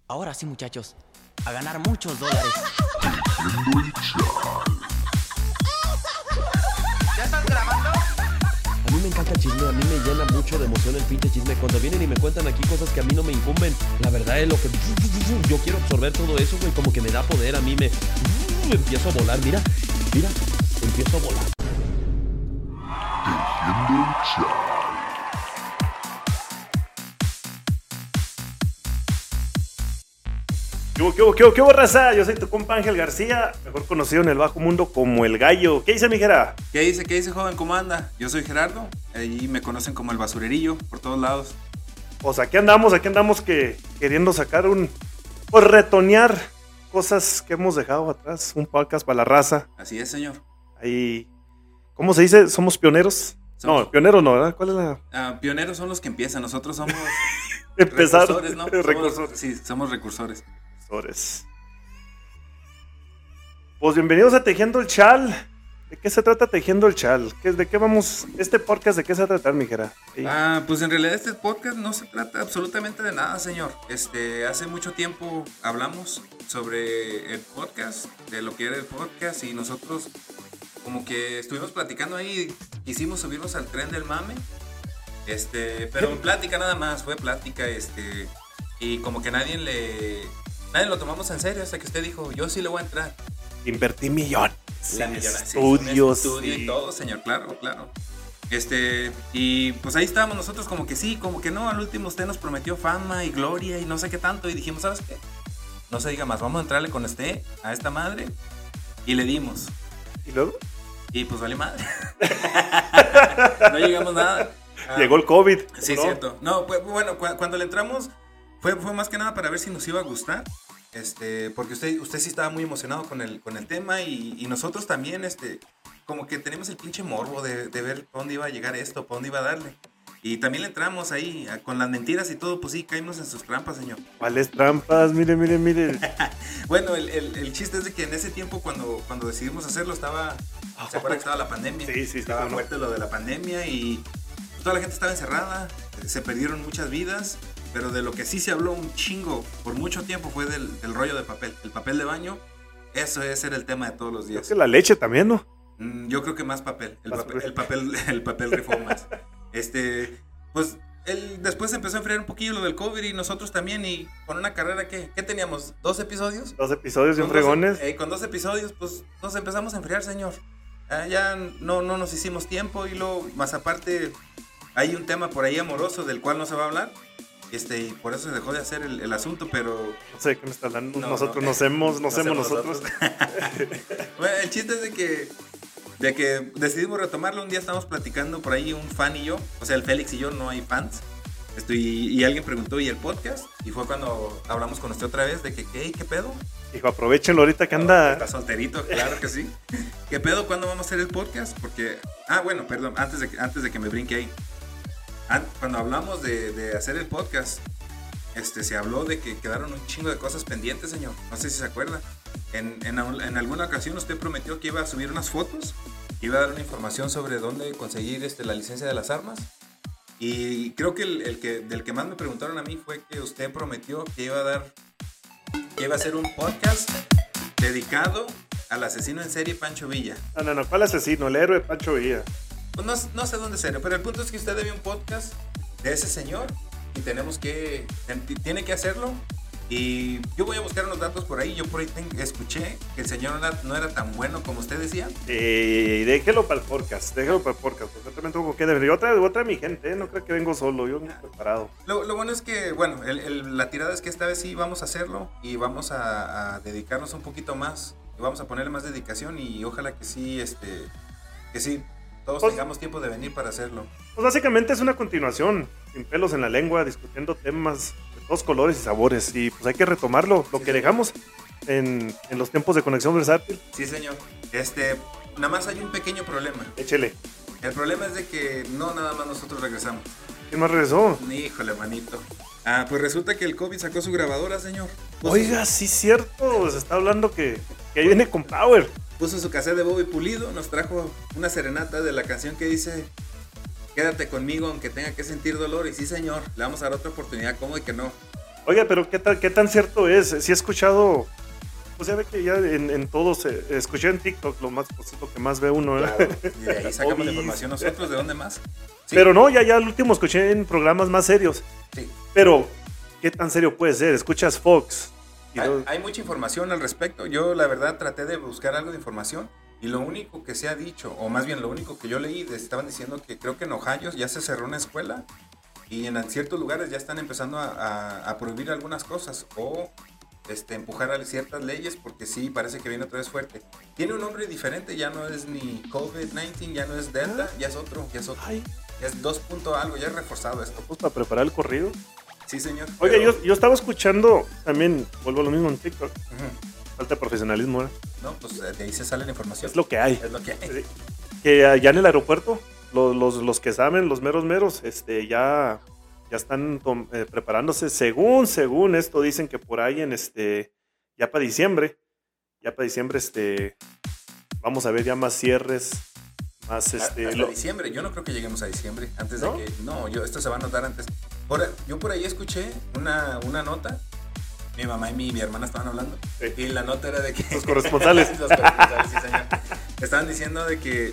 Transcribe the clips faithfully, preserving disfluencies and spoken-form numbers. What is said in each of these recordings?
Ahora sí, muchachos, a ganar muchos dólares. ¿Ya estás grabando? A mí me encanta el chisme, a mí me llena mucho de emoción el pinche chisme. Cuando vienen y me cuentan aquí cosas que a mí no me incumben, la verdad es lo que... Yo quiero absorber todo eso, güey, como que me da poder, a mí me... Empiezo a volar, mira, mira, empiezo a volar. Tejiendo el Chal. ¿Qué hubo, qué hubo, qué hubo, qué hubo, raza? Yo soy tu compa Ángel García, mejor conocido en el bajo mundo como El Gallo. ¿Qué dice, mi Jera? ¿Qué dice, qué dice, joven? ¿Cómo anda? Yo soy Gerardo, ahí me conocen como el basurerillo por todos lados. Pues aquí andamos, aquí andamos que queriendo sacar un... Pues retonear cosas que hemos dejado atrás, un podcast para la raza. Así es, señor. Ahí... ¿Cómo se dice? ¿Somos pioneros? Somos- No, pioneros no, ¿verdad? ¿Cuál es la...? Ah, pioneros son los que empiezan, nosotros somos Empezar. recursores, ¿no? Somos- Recursores. Sí, somos recursores. Recursores. Pues bienvenidos a Tejiendo el Chal. ¿De qué se trata Tejiendo el Chal? ¿Qué, ¿De qué vamos? Este podcast, ¿de qué se va a tratar, mi Jera? Sí. Ah, pues en realidad este podcast no se trata absolutamente de nada, señor. Este, hace mucho tiempo hablamos sobre el podcast, de lo que era el podcast, y nosotros como que estuvimos platicando ahí, quisimos subirnos al tren del mame. Este, pero plática nada más, fue plática, este, y como que nadie le, nadie lo tomamos en serio hasta que usted dijo, yo sí le voy a entrar. Invertí millones. La en millona- sí, un estudios. estudio y- y todo, señor, claro, claro. Este, y pues ahí estábamos nosotros como que sí, como que no, al último usted nos prometió fama y gloria y no sé qué tanto, y dijimos, ¿sabes qué? No se diga más, vamos a entrarle con este a esta madre, y le dimos, ¿Y luego? y pues vale madre. No llegamos nada. Ah, Llegó el COVID. Sí, ¿no? cierto. No, pues, bueno, cu- cuando le entramos fue, fue más que nada para ver si nos iba a gustar. Este, porque usted, usted sí estaba muy emocionado con el, con el tema y, y nosotros también, este, como que tenemos el pinche morbo de, de ver para dónde iba a llegar esto, para dónde iba a darle. Y también le entramos ahí, a- con las mentiras y todo, pues sí, caímos en sus trampas, señor. ¿Cuáles trampas? Mire, mire, mire. Bueno, el, el, el chiste es de que en ese tiempo, cuando, cuando decidimos hacerlo, estaba, ¿se acuerda que estaba la pandemia? Sí, sí, sí, Estaba cómo no. fuerte lo de la pandemia y toda la gente estaba encerrada, se perdieron muchas vidas, pero de lo que sí se habló un chingo por mucho tiempo fue del, del rollo de papel, el papel de baño. Eso ese era el tema de todos los Creo días. que la leche también, ¿no? Mm, Yo creo que más papel, el Más papel, papel. el papel, el papel rifó más. Este, pues él después empezó a enfriar un poquillo lo del COVID y nosotros también, y con una carrera que, ¿qué teníamos? ¿Dos episodios? Dos episodios bien Con dos- fregones. eh, con dos episodios, pues nos empezamos a enfriar, señor. Ah, ya no, no nos hicimos tiempo y luego, más aparte, hay un tema por ahí amoroso del cual no se va a hablar. Este, y por eso se dejó de hacer el, el asunto, pero No sé de qué me está hablando. No, nosotros no. nos hemos, nos Nos hemos hemos nosotros. bueno, el chiste es de que, de que decidimos retomarlo. Un día estábamos platicando por ahí, un fan y yo, o sea, el Félix y yo, no hay fans. Estoy, y alguien preguntó, ¿y el podcast? Y fue cuando hablamos con usted otra vez de que, ¿qué? ¿Qué pedo? Hijo, aprovechenlo ahorita que Está anda. solterito, claro que sí. ¿Qué pedo? ¿Cuándo vamos a hacer el podcast? Porque, ah, bueno, perdón, antes de que, antes de que me brinque ahí. An- Cuando hablamos de, de hacer el podcast, este, se habló de que quedaron un chingo de cosas pendientes, señor. No sé si se acuerda. En, en, al- en alguna ocasión usted prometió que iba a subir unas fotos, que iba a dar una información sobre dónde conseguir este, la licencia de las armas. Y creo que el, el que del que más me preguntaron a mí fue que usted prometió que iba a dar, que iba a hacer un podcast dedicado al asesino en serie Pancho Villa. No, no, no. ¿Cuál asesino? El héroe Pancho Villa. Pues no, no sé dónde será, pero el punto es que usted debe un podcast de ese señor y tenemos que, tiene que hacerlo. Y yo voy a buscar unos datos por ahí. Yo por ahí ten- escuché que el señor no era, no era tan bueno como usted decía. Eh, déjelo para el podcast. Déjelo para el podcast. Porque yo también tengo que deber. Y otra, otra de mi gente, ¿eh? No creo que vengo solo. Yo vengo preparado. Lo, lo bueno es que, bueno, el- el- la tirada es que esta vez sí vamos a hacerlo y vamos a, a dedicarnos un poquito más. Y vamos a ponerle más dedicación y ojalá que sí, este, que sí, todos Pues- tengamos tiempo de venir para hacerlo. Pues básicamente es una continuación. Sin pelos en la lengua, discutiendo temas de todos colores y sabores. Y pues hay que retomarlo. Lo Sí, que sí. dejamos en, en los tiempos de conexión versátil. Sí, señor. Este, nada más hay un pequeño problema. Échele. El problema es de que no nada más nosotros regresamos. ¿Quién más regresó? Híjole, manito. Ah, pues resulta que el COVID sacó su grabadora, señor. Puso Oiga, sí, cierto. Se está hablando que, que ahí viene con Power. Su, puso su cassette de Bobby Pulido, nos trajo una serenata de la canción que dice quédate conmigo aunque tenga que sentir dolor. Y sí, señor, le vamos a dar otra oportunidad, ¿cómo de que no? Oiga, pero ¿qué, tal, qué tan cierto es? Si he escuchado, pues ya ve que ya en, en todos, eh, escuché en TikTok lo más pues, lo que más ve uno, ¿verdad? Claro, y de ahí sacamos la Obis. información nosotros, ¿de dónde más? Sí, Pero no, ya, ya el último escuché en programas más serios. sí. Pero, ¿qué tan serio puede ser? Escuchas Fox. Y Hay, luego- hay mucha información al respecto. Yo, la verdad, traté de buscar algo de información y lo único que se ha dicho, o más bien lo único que yo leí, estaban diciendo que creo que en Ohio ya se cerró una escuela y en ciertos lugares ya están empezando a, a- a prohibir algunas cosas o este, empujar a ciertas leyes porque sí, parece que viene otra vez fuerte. Tiene un nombre diferente, ya no es ni COVID diecinueve, ya no es Delta, ya es otro, ya es otro. Ay, Ya es dos punto algo, ya es reforzado esto. pues para preparar el corrido. Sí, señor. Oiga, pero- yo, yo estaba escuchando también, vuelvo a lo mismo en TikTok, Ujú. falta de profesionalismo, ¿eh? No, pues de ahí se sale la información. Es lo que hay. Es lo que hay. Sí. Que allá en el aeropuerto, los, los, los que saben, los meros meros, este, ya, ya están tom- eh, preparándose. Según, según esto, dicen que por ahí en este, ya para diciembre, ya para diciembre, este, vamos a ver ya más cierres, más este. Hasta lo- diciembre, yo no creo que lleguemos a diciembre, antes ¿No? de que, no, yo, esto se va a notar antes. Por, yo por ahí escuché una, una nota, mi mamá y mi, mi hermana estaban hablando, Sí. y la nota era de que... Los corresponsales. Los corresponsales, sí, señor. Estaban diciendo de que,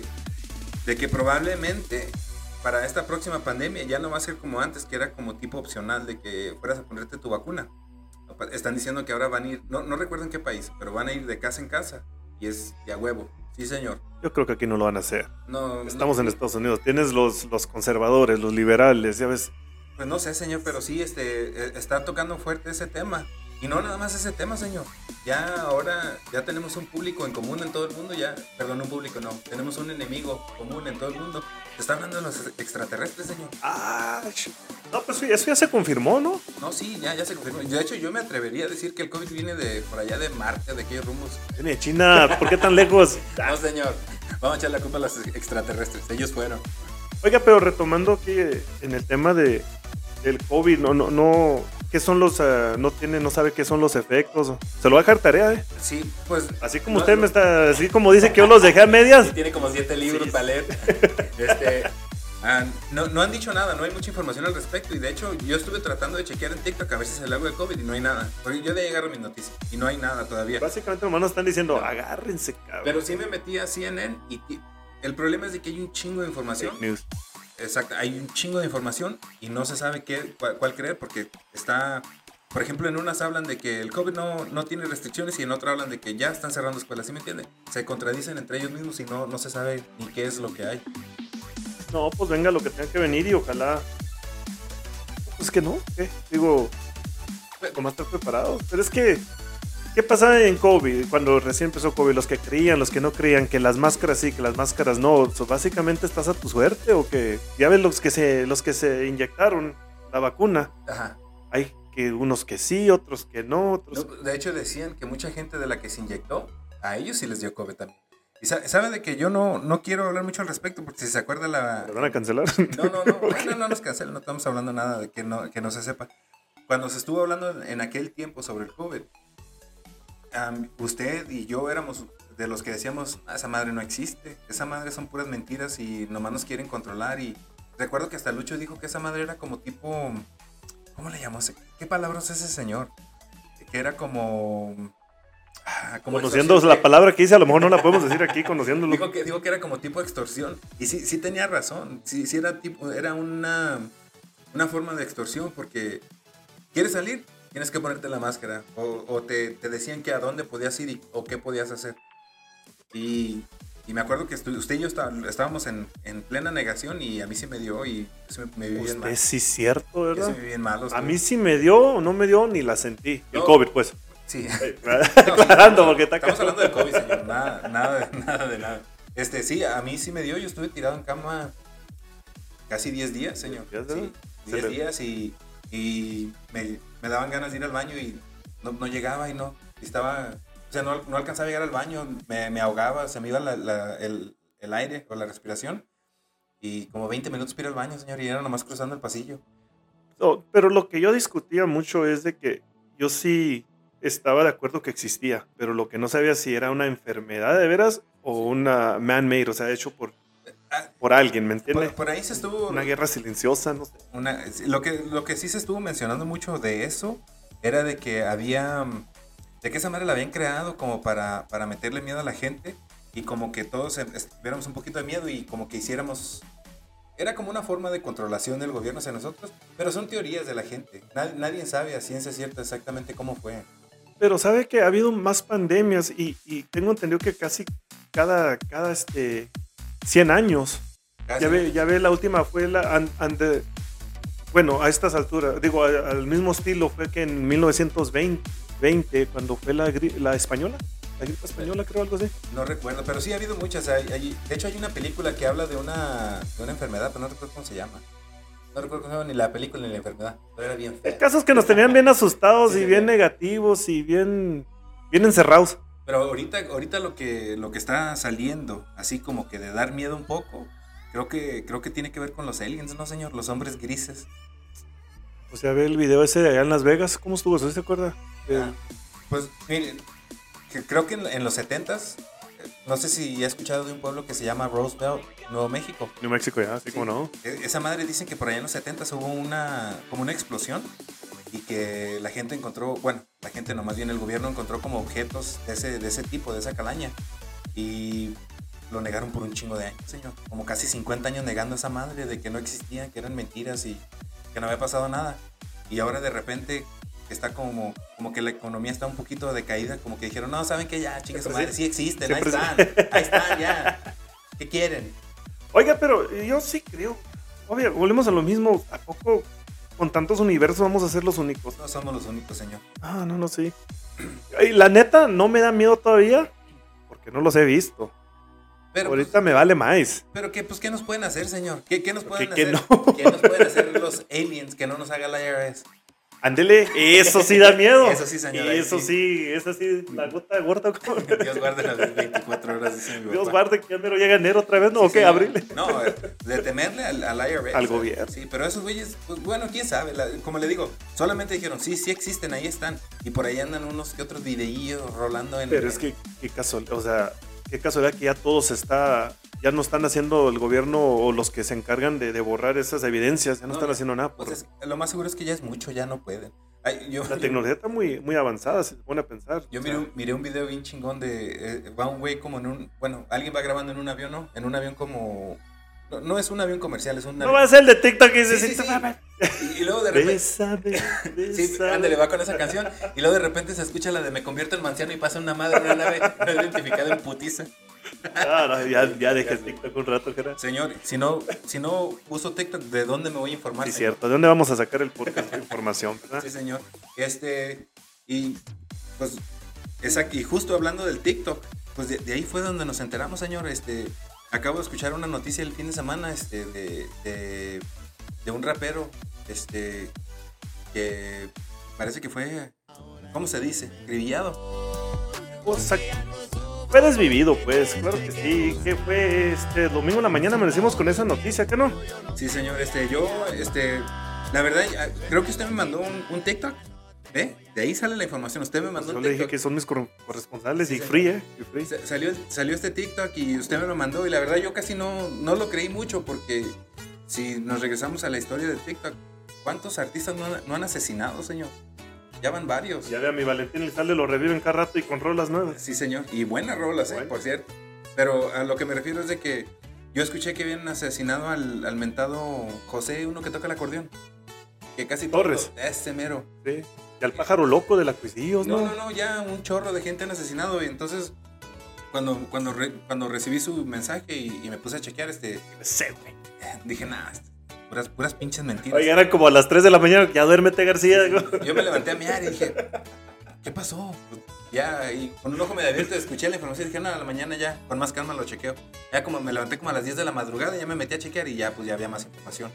de que probablemente para esta próxima pandemia ya no va a ser como antes, que era como tipo opcional, de que fueras a ponerte tu vacuna. Están diciendo que ahora van a ir, no, no recuerdo en qué país, pero van a ir de casa en casa, y es de a huevo. Sí, señor. Yo creo que aquí no lo van a hacer. No, Estamos no, en Estados Unidos. Tienes los, los conservadores, los liberales, ya ves. Pues no sé, señor, pero sí este, eh, está tocando fuerte ese tema. Y no nada más ese tema, señor. Ya ahora ya tenemos un público en común en todo el mundo, ya, perdón, un público no, tenemos un enemigo común en todo el mundo. Se está hablando de los extraterrestres, señor. Ah, ch- no, pues sí, eso ya se confirmó, ¿no? No, sí, ya, ya se confirmó. De hecho, yo me atrevería a decir que el COVID viene de por allá de Marte, de aquellos rumbos. Viene de China, ¿por qué tan lejos? No, señor. Vamos a echar la culpa a los extraterrestres. Ellos fueron. Oiga, pero retomando aquí eh, en el tema de del COVID, no, no, no, ¿qué son los, ah, no tiene, no sabe qué son los efectos? Se lo va a dejar tarea, ¿eh? Sí, pues. Así como no- usted no- me está, así como dice que yo los dejé a medias. Tiene como siete libros Sí. para leer. Este, ah, no, no han dicho nada, no hay mucha información al respecto. Y de hecho, yo estuve tratando de chequear en TikTok a ver si sale algo de COVID y no hay nada. Porque yo de ahí agarro mis noticias y no hay nada todavía. Básicamente, hermanos, están diciendo, No. agárrense, cabrón. Pero sí me metí a C N N y ti- el problema es de que hay un chingo de información. Fake news. Exacto, hay un chingo de información y no se sabe qué, cuál, cuál creer porque está, por ejemplo, en unas hablan de que el COVID no, no tiene restricciones y en otra hablan de que ya están cerrando escuelas, ¿sí me entienden? Se contradicen entre ellos mismos y no, no se sabe ni qué es lo que hay. No, pues venga lo que tenga que venir y ojalá. Pues que no, ¿qué? Digo, como estar preparados. Pero es que, ¿qué pasaba en COVID? Cuando recién empezó COVID, los que creían, los que no creían, que las máscaras sí, que las máscaras no. So, básicamente estás a tu suerte o que ya ves los que se, los que se inyectaron la vacuna. Ajá. Hay que unos que sí, otros que no, otros. No, de hecho decían que mucha gente de la que se inyectó, a ellos sí les dio COVID también. Y sa- sabe de que yo no, no quiero hablar mucho al respecto porque si se acuerda la... ¿Me van a cancelar? No, no, no, bueno, no nos cancelen, no estamos hablando nada de que no, que no se sepa. Cuando se estuvo hablando en, en aquel tiempo sobre el COVID, um, usted y yo éramos de los que decíamos, ah, esa madre no existe, esa madre son puras mentiras y nomás nos quieren controlar. Y recuerdo que hasta Lucho dijo que esa madre era como tipo, ¿cómo le llamó? ¿Qué palabras es ese señor? Que era como... ah, como Conociendo extorsión, la que- palabra que dice, a lo mejor no la podemos decir aquí, conociéndolo. Dijo que, dijo que era como tipo de extorsión. Y sí, sí tenía razón. Sí, sí era tipo, era una, una forma de extorsión porque ¿quieres salir? Tienes que ponerte la máscara. O, o te, te decían que a dónde podías ir y- o qué podías hacer. Y, y me acuerdo que estu- usted y yo está- estábamos en, en plena negación y a mí sí me dio y eso me, me vi bien mal. Usted sí es cierto, Yo ¿verdad? sí me vi bien mal. A mí sí me dio o no me dio ni la sentí. El No. COVID, pues. Sí. Aclarando, porque está Estamos acá. hablando del COVID, señor. Nada, nada, de, nada de nada. Este, sí, a mí sí me dio. Yo estuve tirado en cama casi diez días, señor. ¿Ya sabes? Sí, Se diez le- días y, y me, me daban ganas de ir al baño y no, no llegaba y no. Y estaba, o sea, no, no alcanzaba a llegar al baño. Me, me ahogaba, se me iba la- la- el, el aire o la respiración. Y como veinte minutos para ir al baño, señor, y era nomás cruzando el pasillo. No, pero lo que yo discutía mucho es de que yo sí estaba de acuerdo que existía, pero lo que no sabía si era una enfermedad de veras o una man-made, o sea, hecho por, Ah, por alguien, ¿me entiendes? Por, por ahí se estuvo... Una guerra silenciosa, no sé. Una, lo, que, lo que sí se estuvo mencionando mucho de eso era de que había, de que esa madre la habían creado como para, para meterle miedo a la gente y como que todos tuviéramos un poquito de miedo y como que hiciéramos, era como una forma de controlación del gobierno hacia nosotros, pero son teorías de la gente, nadie, nadie sabe a ciencia cierta exactamente cómo fue. Pero sabe que ha habido más pandemias y, y tengo entendido que casi cada, cada este, cien años. Casi. Ya ve, ya ve, la última fue la... And, and the, bueno, a estas alturas, digo, a, al mismo estilo fue que en mil novecientos veinte, cuando fue la, la española, la gripe española, creo, algo así. No recuerdo, pero sí ha habido muchas. Hay, hay, de hecho, hay una película que habla de una, de una enfermedad, pero no recuerdo cómo se llama. No recuerdo cómo se llama ni la película ni la enfermedad, pero era bien fea. El caso es que nos tenían bien asustados sí, y bien, bien negativos y bien, bien encerrados. Pero ahorita, ahorita lo que, lo que está saliendo, así como que de dar miedo un poco, creo que, creo que tiene que ver con los aliens, ¿no, señor? Los hombres grises. O sea, ve el video ese de allá en Las Vegas, ¿cómo estuvo eso? ¿Se acuerda? Ah, pues, miren, que creo que en, en los setentas, no sé si ha escuchado de un pueblo que se llama Roseville, Nuevo México. New México, ya, sí, sí, cómo no. Esa madre dicen que por allá en los setentas hubo una, como una explosión y que la gente encontró, bueno, la gente no, más bien el gobierno encontró como objetos de ese, de ese tipo, de esa calaña. Y lo negaron por un chingo de años, señor. Como casi cincuenta años negando esa madre de que no existían, que eran mentiras y que no había pasado nada. Y ahora de repente está como, como que la economía está un poquito decaída, como que dijeron, no, ¿saben qué? Ya, chingas madre, sí existen, ahí están, ahí están, ya. ¿Qué quieren? Oiga, pero yo sí creo, obvio, volvemos a lo mismo, ¿a poco con tantos universos vamos a ser los únicos? No somos los únicos, señor. Ah, no, no, sí. Y la neta, no me da miedo todavía, porque no los he visto. Pero, ahorita pues, me vale más. Pero qué, pues, ¿qué nos pueden hacer, señor? ¿Qué, qué nos pueden ¿Qué, hacer? ¿Qué, no? ¿Qué nos pueden hacer los aliens que no nos haga la I R S? Ándele, eso sí da miedo. Eso sí, señor. Eso sí, sí, eso sí, la gota gorda. Dios guarde las veinticuatro horas, dice mi papá. Dios guarde que ya mero llega enero otra vez, ¿no? Sí, ¿O qué? señor. Abril. No, de temerle al, al I R S. Al gobierno. Sí, pero esos güeyes, pues, bueno, quién sabe. La, como le digo, solamente dijeron, sí, sí existen, ahí están. Y por ahí andan unos que otros videillos rolando en... Pero es que, qué casualidad, o sea, qué casualidad que ya todos está... Ya no están haciendo el gobierno o los que se encargan de, de borrar esas evidencias, ya no, no están haciendo nada. Pues es, lo más seguro es que ya es mucho, ya no pueden. Ay, yo, la yo, tecnología está muy, muy avanzada, se pone a pensar. Yo miré, un, miré un video bien chingón de... Eh, va un güey como en un... Bueno, alguien va grabando en un avión, ¿no? En un avión como... No, no es un avión comercial, es un avión... No va a ser el de TikTok que dice... Sí, sí, sí. Y, y luego de repente... Bésame, bésame. Sí, ándale, va con esa canción. Y luego de repente se escucha la de Me convierto en marciano y pasa una madre en una nave no identificada en putiza. Ah, no, ya, ya dejé TikTok un rato, Gerard. Señor, si no, si no uso TikTok, ¿de dónde me voy a informar? Sí, señor? cierto. ¿De dónde vamos a sacar el podcast de información? ¿Verdad? Sí, señor. Este, y pues, es aquí, justo hablando del TikTok, pues de, de ahí fue donde nos enteramos, señor. Este, acabo de escuchar una noticia el fin de semana, este, de, de, de un rapero, este, que parece que fue, ¿cómo se dice? Grillado. O sea, fue desvivido, pues, claro que sí. Que fue este domingo en la mañana amanecimos con esa noticia, ¿qué no? Sí, señor, este, yo, este, la verdad, creo que usted me mandó un, un TikTok, ¿eh? De ahí sale la información, usted me mandó pues un yo TikTok. le dije que son mis corresponsales sí, y señor. free, ¿eh? Y free. Salió, salió este TikTok y usted me lo mandó y la verdad yo casi no, no lo creí mucho porque si nos regresamos a la historia de TikTok, ¿cuántos artistas no, no han asesinado, señor? Ya van varios. Ya ve a mi Valentín Elizalde, lo reviven cada rato y con rolas nuevas. Sí, señor. Y buenas rolas, bueno. eh, por cierto. Pero a lo que me refiero es de que yo escuché que habían asesinado al, al mentado José, uno que toca el acordeón. Que casi Torres. Todo, ese mero. Sí. Y al pájaro loco de la Cuisillos, ¿no? No, no, no, ya un chorro de gente han asesinado. Y entonces, cuando, cuando, re, cuando recibí su mensaje y, y me puse a chequear, este, dije, nada, puras, puras pinches mentiras. Oye, eran como a las tres de la mañana, ya duérmete, García. Yo me levanté a miar y dije, ¿qué pasó? Pues ya, y con un ojo medio abierto escuché la información y dije, no, a la mañana ya, con más calma lo chequeo. Ya como me levanté como a las diez de la madrugada, ya me metí a chequear y ya, pues ya había más información.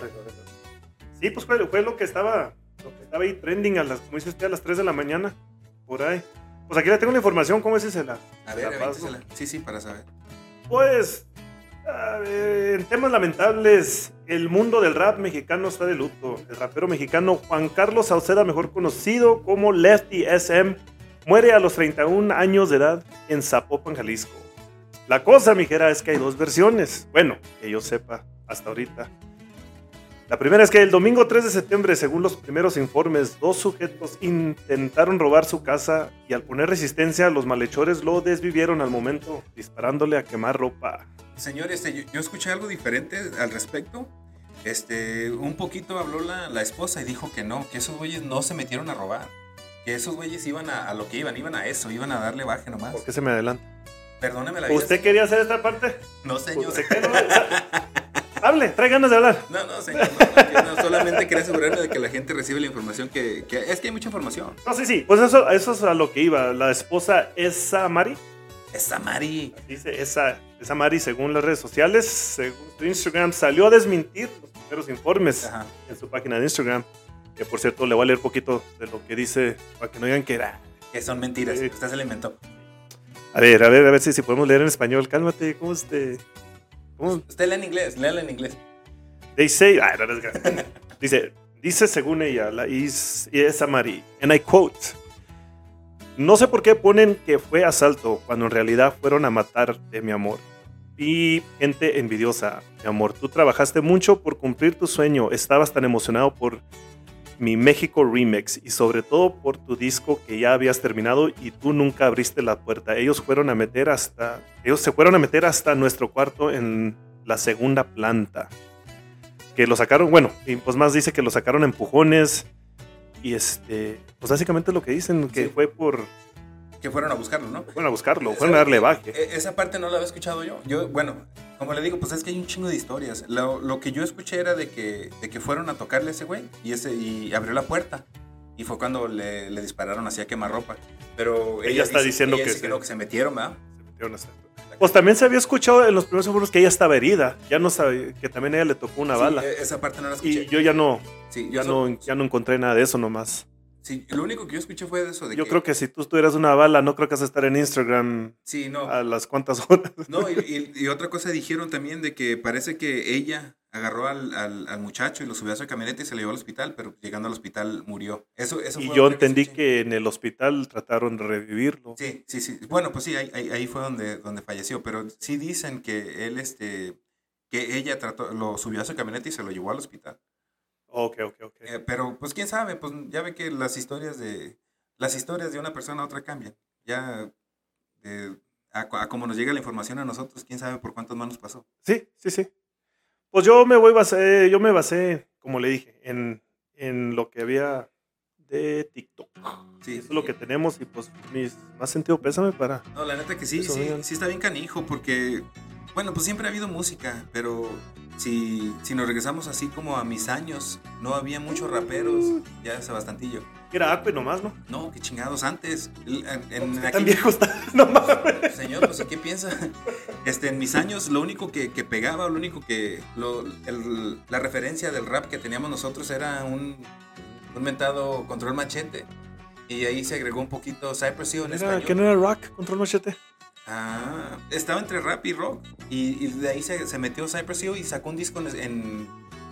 Sí, pues fue, fue lo que estaba, lo que estaba ahí trending a las, como dice usted, a las tres de la mañana, por ahí. Pues aquí le tengo la información, ¿cómo es esa? La, a ver, la avéntesela. Sí, sí, para saber. Pues, a ver, en temas lamentables, el mundo del rap mexicano está de luto. El rapero mexicano Juan Carlos Sauceda, mejor conocido como Lefty S M, muere a los treinta y un años de edad en Zapopan, Jalisco. La cosa, mijera, es que hay dos versiones. Bueno, que yo sepa hasta ahorita. La primera es que el domingo tres de septiembre, según los primeros informes, dos sujetos intentaron robar su casa y al poner resistencia, los malhechores lo desvivieron al momento, disparándole a quemar ropa. Señor, este, yo, yo escuché algo diferente al respecto. Este, un poquito habló la, la esposa y dijo que no, que esos güeyes no se metieron a robar. Que esos güeyes iban a, a lo que iban, iban a eso, iban a darle baje nomás. ¿Por qué se me adelanta? Perdóneme la vida. ¿Usted señor. quería hacer esta parte? No, señor. ¿Usted qué no? Hable, trae ganas de hablar. No, no, señor. No, no, yo no, solamente quería asegurarme de que la gente recibe la información que, que... Es que hay mucha información. No, sí, sí. Pues eso, eso es a lo que iba. La esposa Esa Mari. Esa Mari. Dice esa, esa Mari, según las redes sociales, según su Instagram, salió a desmentir los primeros informes. Ajá. En su página de Instagram. Que por cierto, le voy a leer poquito de lo que dice para que no digan que era. Que son mentiras. Sí. Usted se la inventó. A ver, a ver, a ver si, si podemos leer en español. Cálmate, ¿cómo este? ¿Cómo? Usted lee en inglés, léala en inglés. They say, ah, no, no, no. dice, dice según ella, la is, esa Mari, and I quote, no sé por qué ponen que fue asalto cuando en realidad fueron a matarte, mi amor. Y gente envidiosa, mi amor, tú trabajaste mucho por cumplir tu sueño, estabas tan emocionado por mi México Remix y sobre todo por tu disco que ya habías terminado y tú nunca abriste la puerta. Ellos fueron a meter hasta, ellos se fueron a meter hasta nuestro cuarto en la segunda planta. Que lo sacaron, bueno, y pues más dice que lo sacaron a empujones y este, pues básicamente lo que dicen que Sí. fue por, Que fueron a buscarlo, ¿no? fueron a buscarlo, fueron a darle baje. E- Esa parte no la había escuchado yo. Yo, bueno, como le digo, pues es que hay un chingo de historias. Lo, lo que yo escuché era de que, de que fueron a tocarle a ese güey y, ese, y abrió la puerta. Y fue cuando le, le dispararon así a quemarropa. Pero Ella está dice- diciendo ella que dice se- no, que se metieron, ¿verdad? Se metieron a hacer. Pues también se había escuchado en los primeros seguros que ella estaba herida, ya no sabía, que también a ella le tocó una Sí, bala. e- esa parte no la escuché. Y yo ya no, sí, ya yo solo- no, ya no encontré nada de eso nomás. Sí, lo único que yo escuché fue de eso. De Yo que, creo que si tú tuvieras una bala, no creo que vas a estar en Instagram Sí, no. a las cuantas horas. No, y, y- y otra cosa dijeron también de que parece que ella agarró al, al, al muchacho y lo subió a su camioneta y se lo llevó al hospital, pero llegando al hospital murió. Eso, eso Y fue yo otra que entendí escuché. que en el hospital trataron de revivirlo. Sí, sí, sí. Bueno, pues sí, ahí, ahí, ahí fue donde, donde falleció, pero sí dicen que él, este, que ella trató, lo subió a su camioneta y se lo llevó al hospital. Ok, ok, ok. Eh, pero, pues quién sabe, pues ya ve que las historias de, las historias de una persona a otra cambian. Ya, eh, a, a como nos llega la información a nosotros, quién sabe por cuántas manos pasó. Sí, sí, sí. Pues yo me voy basé, yo me basé, como le dije, en, en lo que había de TikTok. Sí, Eso es lo que tenemos y pues mis más sentido pésame para... No, la neta que sí, Eso, sí, oigan. sí está bien canijo porque, bueno, pues siempre ha habido música, pero si, si nos regresamos así como a mis años, no había muchos raperos, ya hace bastantillo. Era Acue nomás, ¿no? No, qué chingados antes. En, en Tan aquel- viejo está, no mames. Señor, pues ¿qué piensa? Este, en mis años, lo único que, que pegaba, lo único que, lo, el- la referencia del rap que teníamos nosotros era un, un mentado Control Machete. Y ahí se agregó un poquito Cypress Hill en Era, español. ¿Que no era Rock, Control Machete? Ah, estaba entre rap y rock. Y, y de ahí se, se metió Cypress Hill y sacó un disco en,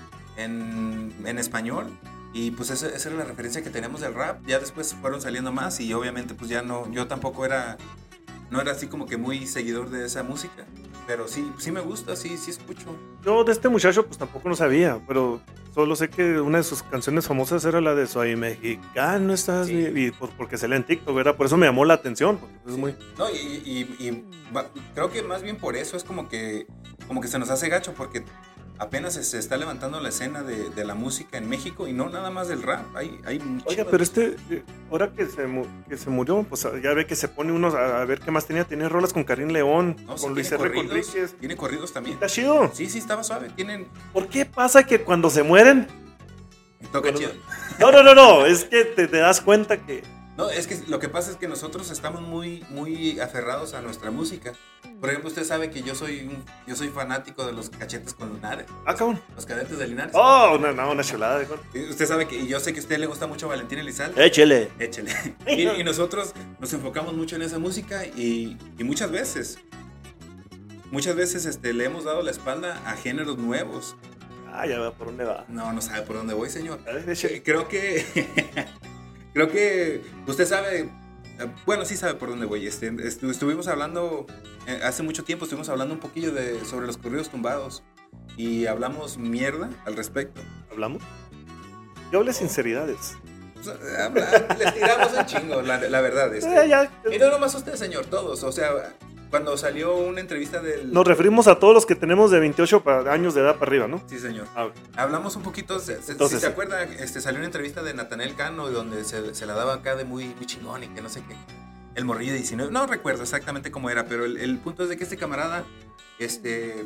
en, en español. Y pues esa, esa era la referencia que teníamos del rap. Ya después fueron saliendo más y obviamente pues ya no, yo tampoco era, no era así como que muy seguidor de esa música. Pero sí, sí me gusta, sí, sí escucho. Yo de este muchacho pues tampoco no sabía, pero solo sé que una de sus canciones famosas era la de Soy Mexicano, estás Sí. bien", y pues porque se lee en TikTok, ¿verdad? Por eso me llamó la atención, porque pues, es muy... No, y, y- y va- creo que más bien por eso es como que, como que se nos hace gacho, porque apenas se, se está levantando la escena de, de la música en México y no nada más del rap. Hay, hay un Oiga, chingo pero de- este, eh, ahora que se, mu- que se murió, pues ya ve que se pone uno a, a ver qué más tenía. Tenía rolas con Karim León, No, sí, con Luis tiene R. corridos, Conríquez. Tiene corridos también. Está chido. Sí, sí, estaba suave. Tienen. ¿Por qué pasa que cuando se mueren... Toca Bueno, chido. No, no, no, no, es que te, te das cuenta que... No, es que lo que pasa es que nosotros estamos muy, muy aferrados a nuestra música. Por ejemplo, usted sabe que yo soy un, yo soy fanático de los cachetes con lunares. Ah, cabrón. Los cadetes de Linares. Oh, no, no, una chulada. De... Y usted sabe que, y yo sé que a usted le gusta mucho Valentín Elizalde. Échele. Échale. Y, y nosotros nos enfocamos mucho en esa música y, y muchas veces, muchas veces este, le hemos dado la espalda a géneros nuevos. Ah, ya veo por dónde va. No, no sabe por dónde voy, señor. A ver, échele. Eh, Creo que, creo que usted sabe, eh, bueno, sí sabe por dónde voy. Este, estu- estuvimos hablando, eh, hace mucho tiempo estuvimos hablando un poquillo de, sobre los corridos tumbados. y hablamos mierda al respecto. ¿Hablamos? Yo hablé sinceridades. O sea, habla- les tiramos un chingo, la, la verdad. Este. Eh, ya. Y no nomás usted, señor, todos. O sea, cuando salió una entrevista del... Nos referimos a todos los que tenemos de veintiocho pa- años de edad para arriba, ¿no? Sí, señor. Ah, ok. Hablamos un poquito, se- se- Entonces, si se sí. acuerda, este, salió una entrevista de Natanael Cano donde se, se la daba acá de muy, muy chingón y que no sé qué. El morrillo de diecinueve, no recuerdo exactamente cómo era, pero el, el punto es de que este camarada este,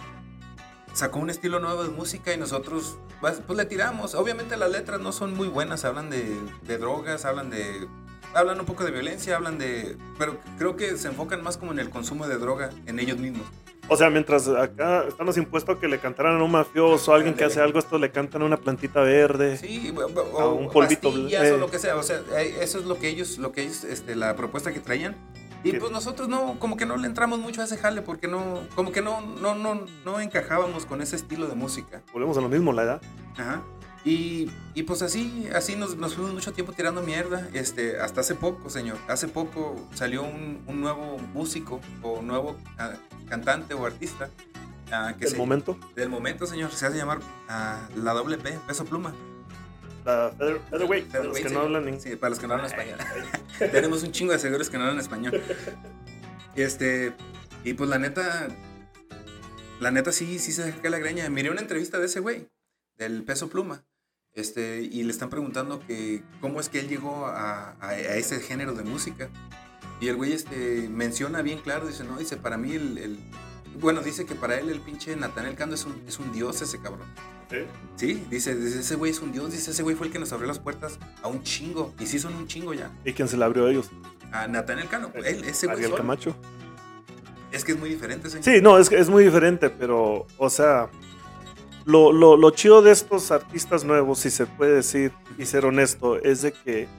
sacó un estilo nuevo de música y nosotros pues, pues le tiramos. Obviamente las letras no son muy buenas, hablan de, de drogas, hablan de... Hablan un poco de violencia, hablan de... Pero creo que se enfocan más como en el consumo de droga en ellos mismos. O sea, mientras acá estamos impuestos a que le cantaran a un mafioso, a alguien que Ándale. hace algo, esto le cantan a una plantita verde. Sí, o, o- A un polvito, pastillas eh. o lo que sea, o sea, eh, eso es lo que ellos, lo que ellos, este, la propuesta que traían. Y Sí. pues nosotros no, como que no le entramos mucho a ese jale porque no, como que no, no, no, no encajábamos con ese estilo de música. Volvemos a lo mismo, la edad. Ajá. Y, y pues así, así nos, nos fuimos mucho tiempo tirando mierda, este, hasta hace poco, señor. Hace poco salió un, un nuevo músico o nuevo ah, cantante o artista. ah, que El se- momento. Del momento, señor, se hace llamar ah, la doble P, Peso Pluma. La feather- Featherweight, para los Featherweight, que sí. no hablan inglés. Sí, para los que no hablan español. Tenemos un chingo de seguidores que no hablan español. Este, y pues la neta, la neta sí, sí se deja caer la greña. Miré una entrevista de ese güey, del Peso Pluma. Este, y le están preguntando que cómo es que él llegó a, a, a ese género de música. Y el güey este, menciona bien claro, dice, no, dice, para mí el, el- bueno, dice que para él el pinche Natanael Cano es un, es un dios ese cabrón. Sí. Sí, dice, dice, ese güey es un dios, dice, ese güey fue el que nos abrió las puertas a un chingo. Y sí son un chingo ya. ¿Y quién se la abrió a ellos? A Natanael Cano, él, ese güey Ariel solo. Camacho. Es que es muy diferente, señor. Sí, no, es, es muy diferente, pero, o sea, lo, lo, lo chido de estos artistas nuevos, si se puede decir y ser honesto, es de que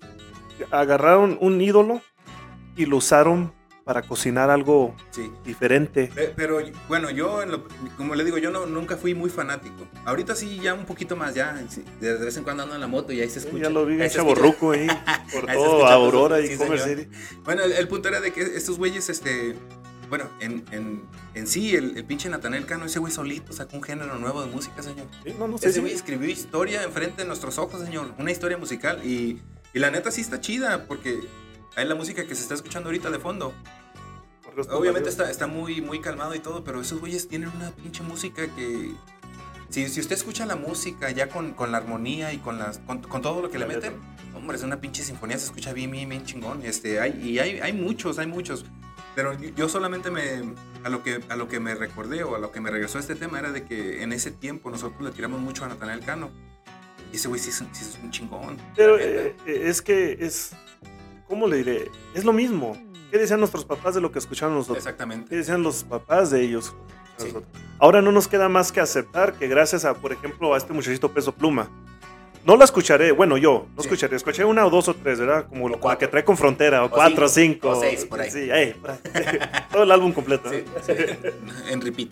agarraron un ídolo y lo usaron para cocinar algo Sí. diferente. Pe- Pero bueno, yo, en lo- como le digo, yo no, nunca fui muy fanático. Ahorita sí, ya un poquito más, ya. sí, de vez en cuando ando en la moto y ahí se escucha. Ya lo vi ahí en se escucha. chaborruco ahí, por Ahí se todo escucha Aurora todo, y sí, Commerce señor. City. Bueno, el, el punto era de que estos güeyes, este... Bueno, en, en, en sí, el, el pinche Natanael Cano, ese güey solito sacó un género nuevo de música, señor. Sí, no, no sé, Ese sí. güey escribió historia enfrente de nuestros ojos, señor. Una historia musical. Y, y la neta sí está chida, porque hay la música que se está escuchando ahorita de fondo. Obviamente está, está muy, muy calmado y todo, pero esos güeyes tienen una pinche música que... Si, si usted escucha la música ya con, con la armonía y con, las, con, con todo lo que La le letra. meten, hombre, es una pinche sinfonía, se escucha bien, bien, bien chingón. Este, hay, y hay, hay muchos, hay muchos. Pero yo, yo solamente me... A lo, que, a lo que me recordé o a lo que me regresó a este tema era de que en ese tiempo nosotros le tiramos mucho a Natanael Cano. Y ese güey sí, es un- sí es un chingón. Pero la neta. eh, eh, es que es, ¿cómo le diré? Es lo mismo. ¿Qué decían nuestros papás de lo que escucharon nosotros? ¿Qué Exactamente. decían los papás de ellos? Sí. Ahora no nos queda más que aceptar que gracias a, por ejemplo, a este muchachito Peso Pluma, no la escucharé, bueno, yo no Sí. escucharé, escuché una o dos o tres, ¿verdad? Como lo- la cuatro. que trae con Frontera, o, O cuatro o cinco, cinco. o seis, por ahí. Sí, ey, por ahí. Todo el álbum completo. Sí, ¿eh? sí. En repeat.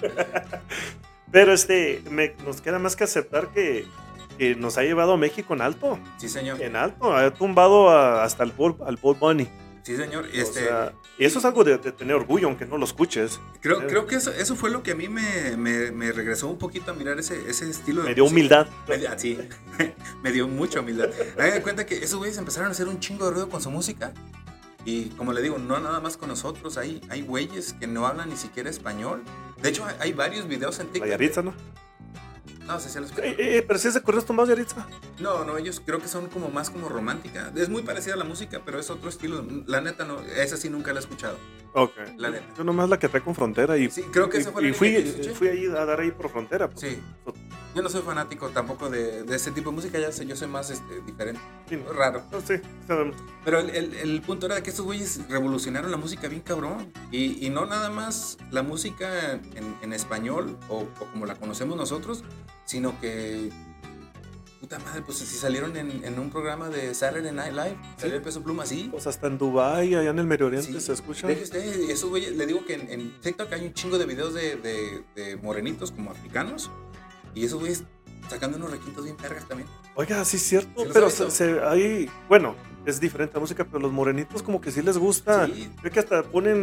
Pero este, me- nos queda más que aceptar que, que nos ha llevado a México en alto. Sí, señor. En alto, ha tumbado a- hasta el Bull, al Bull Bunny. Sí, señor. O Este, sea, y eso es algo de, de tener orgullo, aunque no lo escuches. creo, eh. creo que eso, eso fue lo que a mí me, me, me regresó un poquito a mirar ese, ese estilo de Me dio música. humildad. Me dio- ah, sí, me dio mucha humildad. Hagan de cuenta que esos güeyes empezaron a hacer un chingo de ruido con su música. Y como le digo, no nada más con nosotros. Hay, hay güeyes que no hablan ni siquiera español. De hecho, hay, hay varios videos en La TikTok. Yaritza, ¿no? No, sí, sí, los- Eh, eh, pero si es de corridos tumbados, Yaritza. No, no, ellos creo que son como más como romántica. Es muy parecida a la música, pero es otro estilo. La neta, no, esa sí nunca la he escuchado. Ok. La neta. Yo nomás la que trae con Frontera y, Sí, creo que y, esa fue la y única fui, que escuché. fui ahí a dar ahí por Frontera. pues. Sí. Yo no soy fanático tampoco de, de ese tipo de música, ya sé, yo soy más este, diferente. Sí, no. Raro. No, sí, sabemos. Pero el, el- el punto era que estos güeyes revolucionaron la música bien cabrón. Y, y no nada más la música en, en español o, o como la conocemos nosotros, sino que... Puta madre, pues si salieron en, en un programa de Saturday Night Live, salió el Peso Pluma, sí. Pues hasta en Dubái, allá en el Medio Oriente, Sí. se escucha. Deje usted, esos güeyes, le digo que en, en TikTok hay un chingo de videos de, de, de morenitos como africanos. Y esos güeyes sacando unos requintos bien vergas también. Oiga, sí es cierto, ¿Sí lo pero sabes, se, se- ahí, bueno, es diferente la música, pero los morenitos como que sí les gusta. Sí. Creo que hasta ponen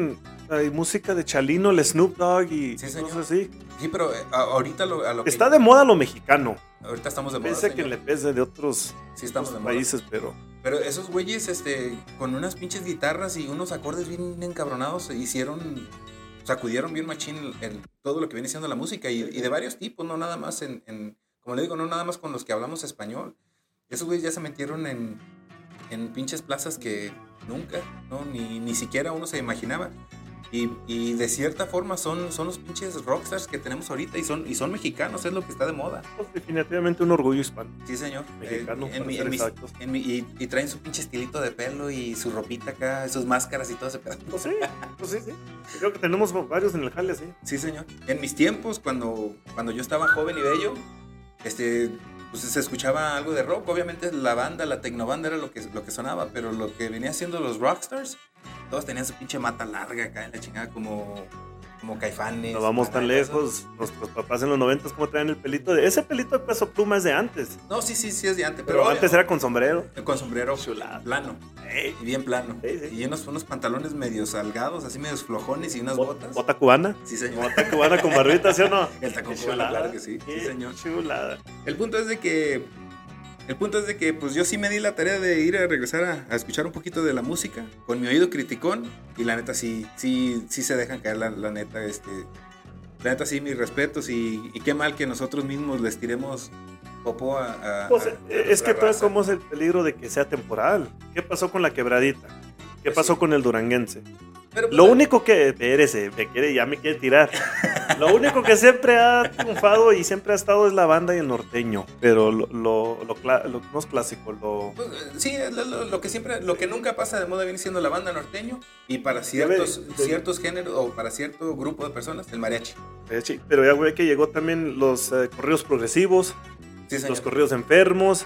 Hay música de Chalino, el Snoop Dogg y Sí, señor. cosas así. Sí, pero eh, a- ahorita lo, a lo que... Está de moda lo mexicano. Ahorita estamos de moda, Pese a que señor. le pese de otros, Sí, estamos otros de moda. países, pero... Pero esos güeyes, este, con unas pinches guitarras y unos acordes bien encabronados, hicieron, sacudieron bien machín el, el- todo lo que viene siendo la música y, y de varios tipos, no nada más en, en, como le digo, no nada más con los que hablamos español. Esos güeyes ya se metieron en, en pinches plazas que nunca, no, ni, ni siquiera uno se imaginaba. Y, y de cierta forma son, son los pinches rockstars que tenemos ahorita y son, y son mexicanos, es lo que está de moda. Pues, definitivamente un orgullo hispano. Sí, señor. Mexicano, Eh, en para mi- ser en mis- exactos. en mi- y, y traen su pinche estilito de pelo y su ropita acá, sus máscaras y todo ese pedazo. Pues sí, pues sí, sí. Creo que tenemos varios en el jale así. Sí, señor. En mis tiempos, cuando, cuando yo estaba joven y bello, este, pues se escuchaba algo de rock. Obviamente la banda, la tecnobanda era lo que, lo que sonaba, pero lo que venía siendo los rockstars, todos tenían su pinche mata larga acá en la chingada, como, como Caifanes. No vamos tan Paralamas. lejos. Nuestros papás en los noventas, ¿cómo traen el pelito? De... Ese pelito de Peso Pluma es de antes. No, sí, sí, sí es de antes, Pero, pero, antes era con sombrero. con sombrero Chulada. plano. Ey, Y bien plano. Sí, sí. Y unos, unos pantalones medio salgados, así medios flojones y unas bot- botas. Bota cubana. Sí, señor. Bota cubana con barbita, ¿sí o no? El tacón Qué cubano, chulada. claro que sí. Sí, Qué señor. chulada. El punto es de que. El punto es de que, pues yo sí me di la tarea de ir a regresar a, a escuchar un poquito de la música con mi oído criticón. Y la neta, sí, sí, sí se dejan caer, la, la neta, este. La neta, sí, mis respetos. Y, y qué mal que nosotros mismos les tiremos popó a. a- Pues, a- eh, a es nuestra que todo raza. como es el peligro de que sea temporal. ¿Qué pasó con la quebradita? ¿Qué Pues pasó sí. con el duranguense? Pero, pues, Lo único que... Espérese, me quiere, ya me quiere tirar. Lo único que siempre ha triunfado y siempre ha estado es la banda y el norteño. Pero lo, lo, lo, cla- lo- no es clásico, lo... Pues, eh, sí, es lo, lo- lo que siempre, lo que nunca pasa de moda viene siendo la banda norteño y para Ya ve, ciertos, de- ciertos géneros o para cierto grupo de personas, el mariachi. eh, sí, Pero ya güey que llegó también los eh, corridos progresivos, Sí, señor. los corridos enfermos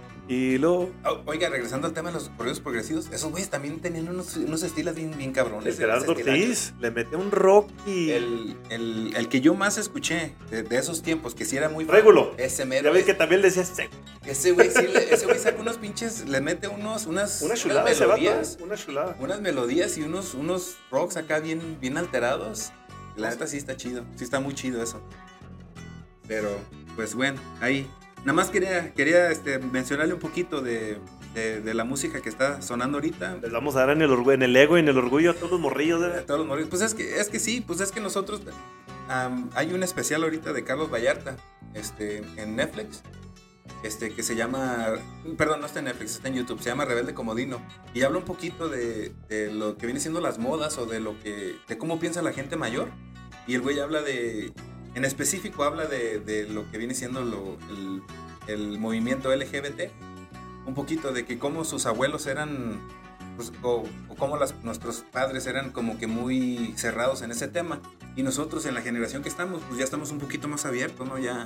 y luego... Oh, oiga, regresando al tema de los corridos progresivos, esos güeyes también tenían unos, unos estilos bien, bien cabrones. El Gerardo esos estilazos. Ortiz le metió un rock y... El, el, el que yo más escuché de, de esos tiempos, que sí era muy... fan, Régulo. Ese Ya mero. ves que también le decía... "Se- Ese güey sí, le- ese güey saca unos pinches, le mete unos, unas, Una unas chulada ese vato, melodías. ¿eh? Una chulada. Unas melodías y unos, unos rocks acá bien, bien alterados. La neta sí está chido, sí está muy chido eso. Pero, pues bueno, ahí. Nada más quería, quería este, mencionarle un poquito de, de, de la música que está sonando ahorita. Les vamos a dar en el, orgu- en el ego y en el orgullo a todos los morrillos. A ¿eh? todos los morrillos. Pues es que, es que sí, pues es que nosotros... am, hay un especial ahorita de Carlos Vallarta este, en Netflix. Este, que se llama, perdón, no está en Netflix, está en YouTube, se llama Rebelde Comodino y habla un poquito de, de lo que viene siendo las modas o de lo que, de cómo piensa la gente mayor y el güey habla de, en específico habla de, de lo que viene siendo lo, el, el movimiento L G B T, un poquito de que cómo sus abuelos eran, pues, o, o cómo las, nuestros padres eran como que muy cerrados en ese tema y nosotros en la generación que estamos, pues ya estamos un poquito más abiertos, ¿no? Ya...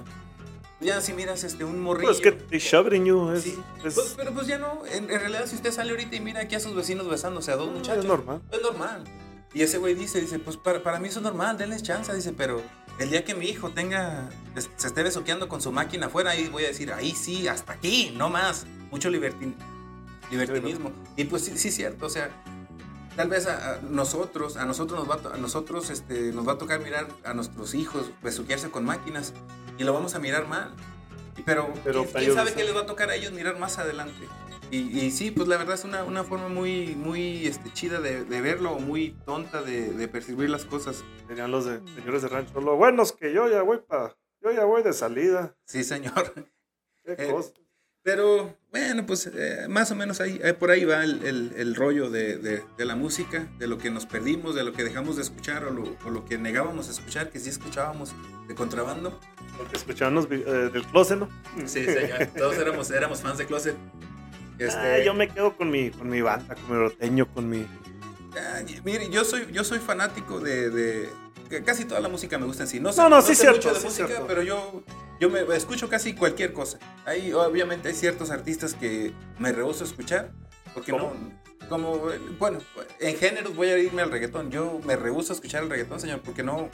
Ya si miras este, un morrillo. Pues que they shove it in you. Es, Sí, es- pues, pero pues ya no. En, en realidad, si usted sale ahorita y mira aquí a sus vecinos besándose a dos muchachos. es normal. Es normal. Y ese güey dice, dice, pues para, para mí eso es normal, denles chance, dice, pero el día que mi hijo tenga, es- se esté besuqueando con su máquina afuera, ahí voy a decir, ahí sí, hasta aquí, no más. Mucho libertin, libertinismo. Y pues sí, sí es cierto, o sea, tal vez a, a nosotros, a nosotros nos va a, to- a nosotros este, nos va a tocar mirar a nuestros hijos besuquearse con máquinas y lo vamos a mirar mal. Y Pero, Pero ¿quién, para quién ellos sabe no qué sé. les va a tocar a ellos mirar más adelante? Y, y sí, pues la verdad es una, una forma muy, muy este, chida de, de verlo o muy tonta de, de percibir las cosas. Tenían los de- señores de rancho. Lo bueno es que yo ya voy pa, yo ya voy de salida. Sí, señor. Qué Eh, cosa. Pero bueno, pues eh, más o menos ahí, eh, por ahí va el, el- el rollo de, de- de la música, de lo que nos perdimos, de lo que dejamos de escuchar o lo, o lo que negábamos a escuchar, que sí escuchábamos de contrabando. Porque escuchaban los vi- eh, del closet, ¿no? Sí, señor. Todos éramos, éramos fans de Closet. Este, Ah, yo me quedo con mi, con mi banda, con mi norteño, con mi... ah, mire, yo soy, yo soy fanático de, de- que casi toda la música me gusta en sí. No sé, No, no, sí sé cierto, mucho de sí música, cierto. pero yo, yo me escucho casi cualquier cosa. Hay, obviamente hay ciertos artistas que me rehúso a escuchar, porque ¿Cómo? no, como, eh, bueno, en géneros voy a irme al reggaetón. Yo me rehúso a escuchar el reggaetón, señor, porque no,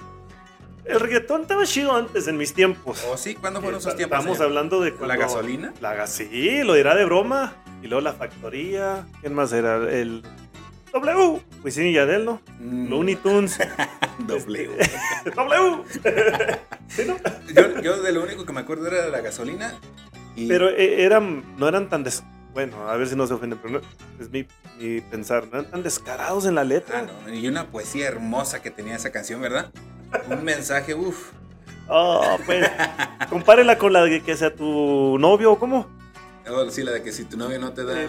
El reggaetón estaba chido antes, en mis tiempos. o sí, ¿cuándo fueron esos tiempos? Estamos señor? hablando de... ¿La cuando- gasolina? La gas, sí, lo dirá de broma. Y luego la factoría. ¿Quién más era? El... W. Wisin y Yandel, ¿no? Mm. Looney Tunes. W. W. ¿Sí, no? Yo, yo de lo único que me acuerdo era de la gasolina. Y... Pero eh, eran, no eran tan des... Bueno, a ver si no se ofenden, pero no, es mi, mi pensar, no eran tan descarados en la letra. Ah, no, y una poesía hermosa que tenía esa canción, ¿verdad? Un mensaje, uff. Oh, pues, compárela con la de que sea tu novio, ¿cómo? Oh, sí, la de que si tu novio no te da...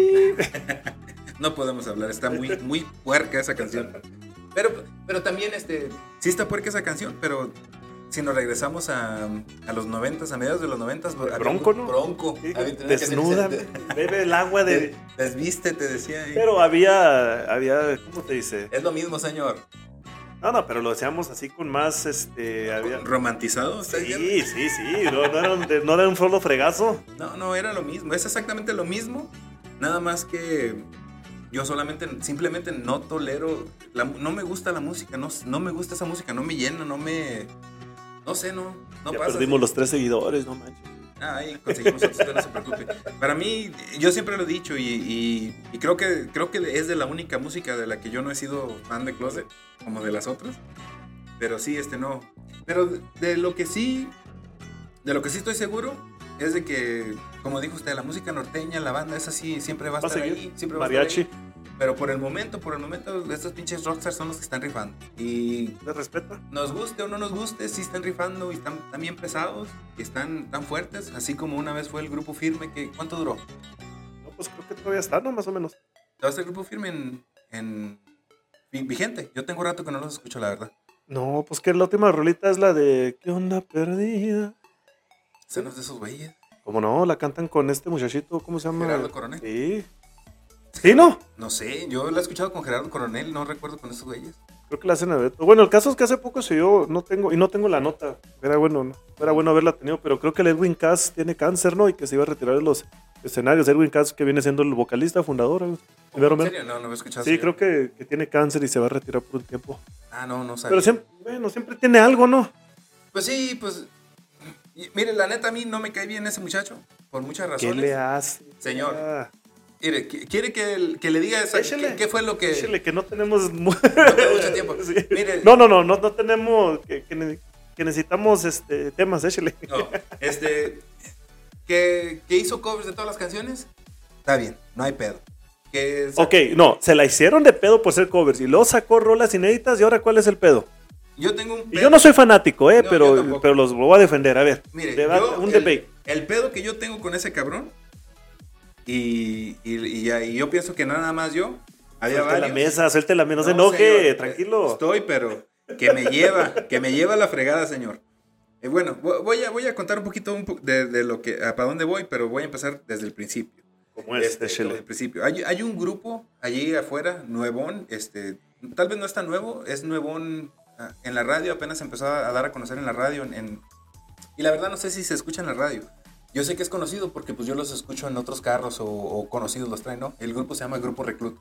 No podemos hablar, está muy, muy puerca esa canción. Pero, pero también, este, sí está puerca esa canción, pero si nos regresamos a, a los noventas, a mediados de los noventas... Bronco, ¿no? Bronco. Sí, Había- tenía que desnuda, hacer- bebe el agua de... Des- Desviste, te decía. ahí. Pero había, había, ¿cómo te dice? Es lo mismo, señor. No, no, pero lo decíamos así con más, este, había... ¿Romantizado? ¿estás diciendo? Sí, sí, sí, no, no, era un, de- no era un solo fregazo. No, no, era lo mismo. Es exactamente lo mismo. Nada más que yo solamente, simplemente no tolero, la, no me gusta la música, no, no me gusta esa música, no me llena, no me, no sé, no, no Ya pasa. perdimos los tres seguidores, no manches. Ah, ahí conseguimos otros, usted no se preocupe. Para mí, yo siempre lo he dicho y, y, y creo que creo que es de la única música de la que yo no he sido fan de Closet, como de las otras. Pero sí, este no. Pero de, de lo que sí, de lo que sí estoy seguro es de que, como dijo usted, la música norteña, la banda, esa sí siempre va a Va a estar seguir. ahí, siempre va a Mariachi, estar ahí. Pero por el momento, por el momento, estos pinches rockstars son los que están rifando. Y ¿me respeta? nos guste o no nos guste, sí están rifando y están, están bien pesados y están tan fuertes, así como una vez fue el Grupo Firme, que ¿cuánto duró? No, pues creo que todavía está, ¿no? Más o menos. Todo este Grupo Firme en, en vi- vigente. Yo tengo rato que no los escucho, la verdad. No, pues que la última rolita es la de ¿qué onda perdida? Son los de esos güeyes. ¿Cómo no? La cantan con este muchachito, ¿cómo se llama? Gerardo Coronel. Sí. ¿Sí, no? No sé, yo la he escuchado con Gerardo Coronel, no recuerdo con esos güeyes. Creo que la hacen a Beto. Bueno, el caso es que hace poco se yo no tengo, y no tengo la nota. Era bueno, ¿no? Era bueno haberla tenido, pero creo que el Edwin Cass tiene cáncer, ¿no? Y que se iba a retirar de los escenarios. Edwin Cass, que viene siendo el vocalista, fundador. ¿eh? Mero, ¿En mero. serio? No, no he escuchado. Sí, eso creo yo. que, que tiene cáncer y se va a retirar por un tiempo. Ah, no, no sabía. Pero siempre, bueno, siempre tiene algo, ¿no? Pues sí, pues... y- Mire, la neta a mí no me cae bien ese muchacho, por muchas ¿Qué razones. le hace? Señor. Ah, Mire, ¿qui- ¿quiere que, el- que le diga esa- Échele. qué, qué fue lo que... échale, que no tenemos mu- No tengo mucho tiempo. Sí. Mire, No, no, no, no, no tenemos que, que ne- que necesitamos este temas, échale. no, este, que, que hizo covers de todas las canciones, está bien, no hay pedo. Que sa- Ok, no, se la hicieron de pedo por ser covers y luego sacó rolas inéditas y ahora ¿cuál es el pedo? Yo tengo un Y yo no soy fanático, eh, No, yo pero, tampoco. pero los voy a defender, a ver. Mire, debate- yo, un el, debate. el pedo que yo tengo con ese cabrón, y, y, y ya- y yo pienso que no nada más yo, había Suelte la varios. mesa, suelte la mesa, no, se No, enoje, señor, tranquilo. Estoy, pero que me lleva, que me lleva a la fregada, señor. Eh, bueno, vo- voy a, voy a contar un poquito un po- de, de lo que, a para dónde voy, pero voy a empezar desde el principio. Como es, Este, échele. desde el principio. Hay, hay un grupo allí afuera, nuevón, este, tal vez no es tan nuevo, es nuevón ah, en la radio, apenas empezó a, a dar a conocer en la radio, en, en- y la verdad no sé si se escucha en la radio. Yo sé que es conocido porque pues yo los escucho en otros carros o, o conocidos los traen, ¿no? El grupo se llama Grupo Reclut.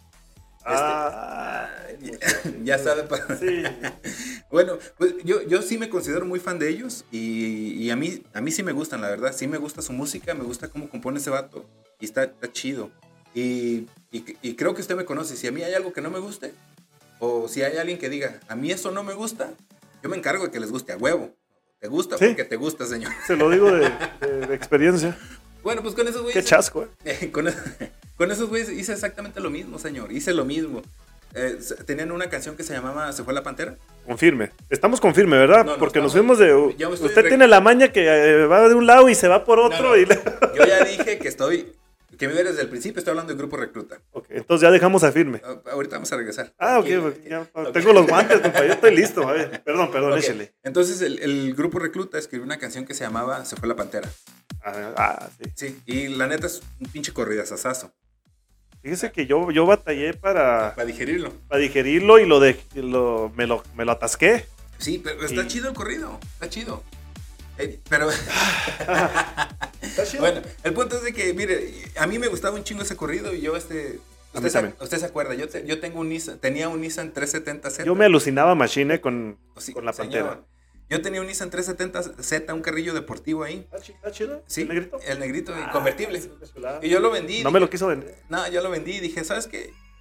Ah, Ya sabe para... sí. Bueno, pues yo, yo sí me considero muy fan de ellos y, y a, mí, a mí sí me gustan, la verdad. Sí me gusta su música, me gusta cómo compone ese vato y está, está chido. Y, y, y creo que usted me conoce. Si a mí hay algo que no me guste o si hay alguien que diga, a mí eso no me gusta, yo me encargo de que les guste a huevo. ¿Te gusta? Sí. Porque te gusta, señor. Se lo digo de, de- de experiencia. Bueno, pues con esos Qué güeyes... chasco, eh. Eh, con, con esos güeyes hice exactamente lo mismo, señor. Hice lo mismo. Eh, tenían una canción que se llamaba Se fue la pantera. Confirme. Estamos confirme, ¿verdad? No, no, Porque nos estamos- fuimos de... yo me estoy Usted re- tiene la maña que eh, va de un lado y se va por otro. No, no. Y le- Yo ya dije que estoy, que me ve desde el principio, estoy hablando del Grupo Recluta. Ok, entonces ya dejamos a firme. Ah, ahorita vamos a regresar. Ah, ok, Tranquilo. ok, ya, Ok. tengo los guantes, compa, yo estoy listo. A ver, perdón, perdón, Ok, échele. Entonces el, el Grupo Recluta escribió una canción que se llamaba Se fue la pantera. Ah, ah, sí. Sí, y la neta es un pinche corridazazazo. Fíjese que yo, yo batallé para, Para digerirlo. para digerirlo y lo de, lo, me, lo, me lo atasqué. Sí, pero está Sí. chido el corrido. Está chido. Eh, pero Está chido. bueno, el punto es de que, mire, a mí me gustaba un chingo ese corrido y yo este... A mí Usted, se, también. usted se acuerda, yo, te- yo tengo un Nissan, tenía un Nissan trescientos setenta Z. Yo me alucinaba machine con, Sí, con la señor. pantera. Yo tenía un Nissan trescientos setenta Z, un carrillo deportivo ahí. ¿Está chi- está chido? Sí, ¿El negrito? el negrito, y Ah, convertible. sí, qué chulada. Y yo lo vendí. No dije- me lo quiso vender. No, yo lo vendí y dije, ¿sabes qué?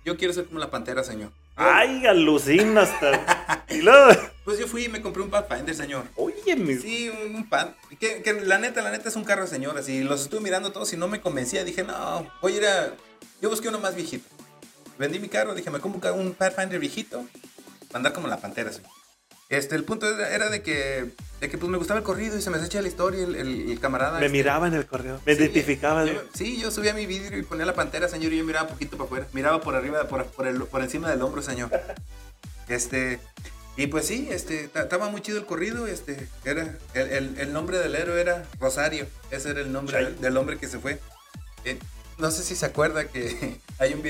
yo quiero ser como la Pantera, señor. Ay, alucina hasta. Y luego, Pues yo fui y me compré un Pathfinder, señor. oye, mi. Sí, un, un Path. Que, que la neta, la neta es un carro de señoras. Y los estuve mirando todos y no me convencía. Dije, no, voy a ir a... Yo busqué uno más viejito. Vendí mi carro, dije, me compro un Pathfinder viejito. Para andar como la Pantera, señor. Este, el punto era, era de que, de que pues me gustaba el corrido y se me hacía la historia, el, el, el camarada. Me este, miraba en el correo. Me sí, identificaba. yo- sí, yo subía mi vidrio y ponía la Pantera, señor, y yo miraba poquito para afuera. Miraba por arriba, por, por, el, por encima del hombro, señor. Este, y pues sí, este, estaba muy chido el corrido, este, era, el, el, el nombre del héroe era Rosario, ese era el nombre Chay. del, del hombre que se fue. Eh, no sé si se acuerda que hay un video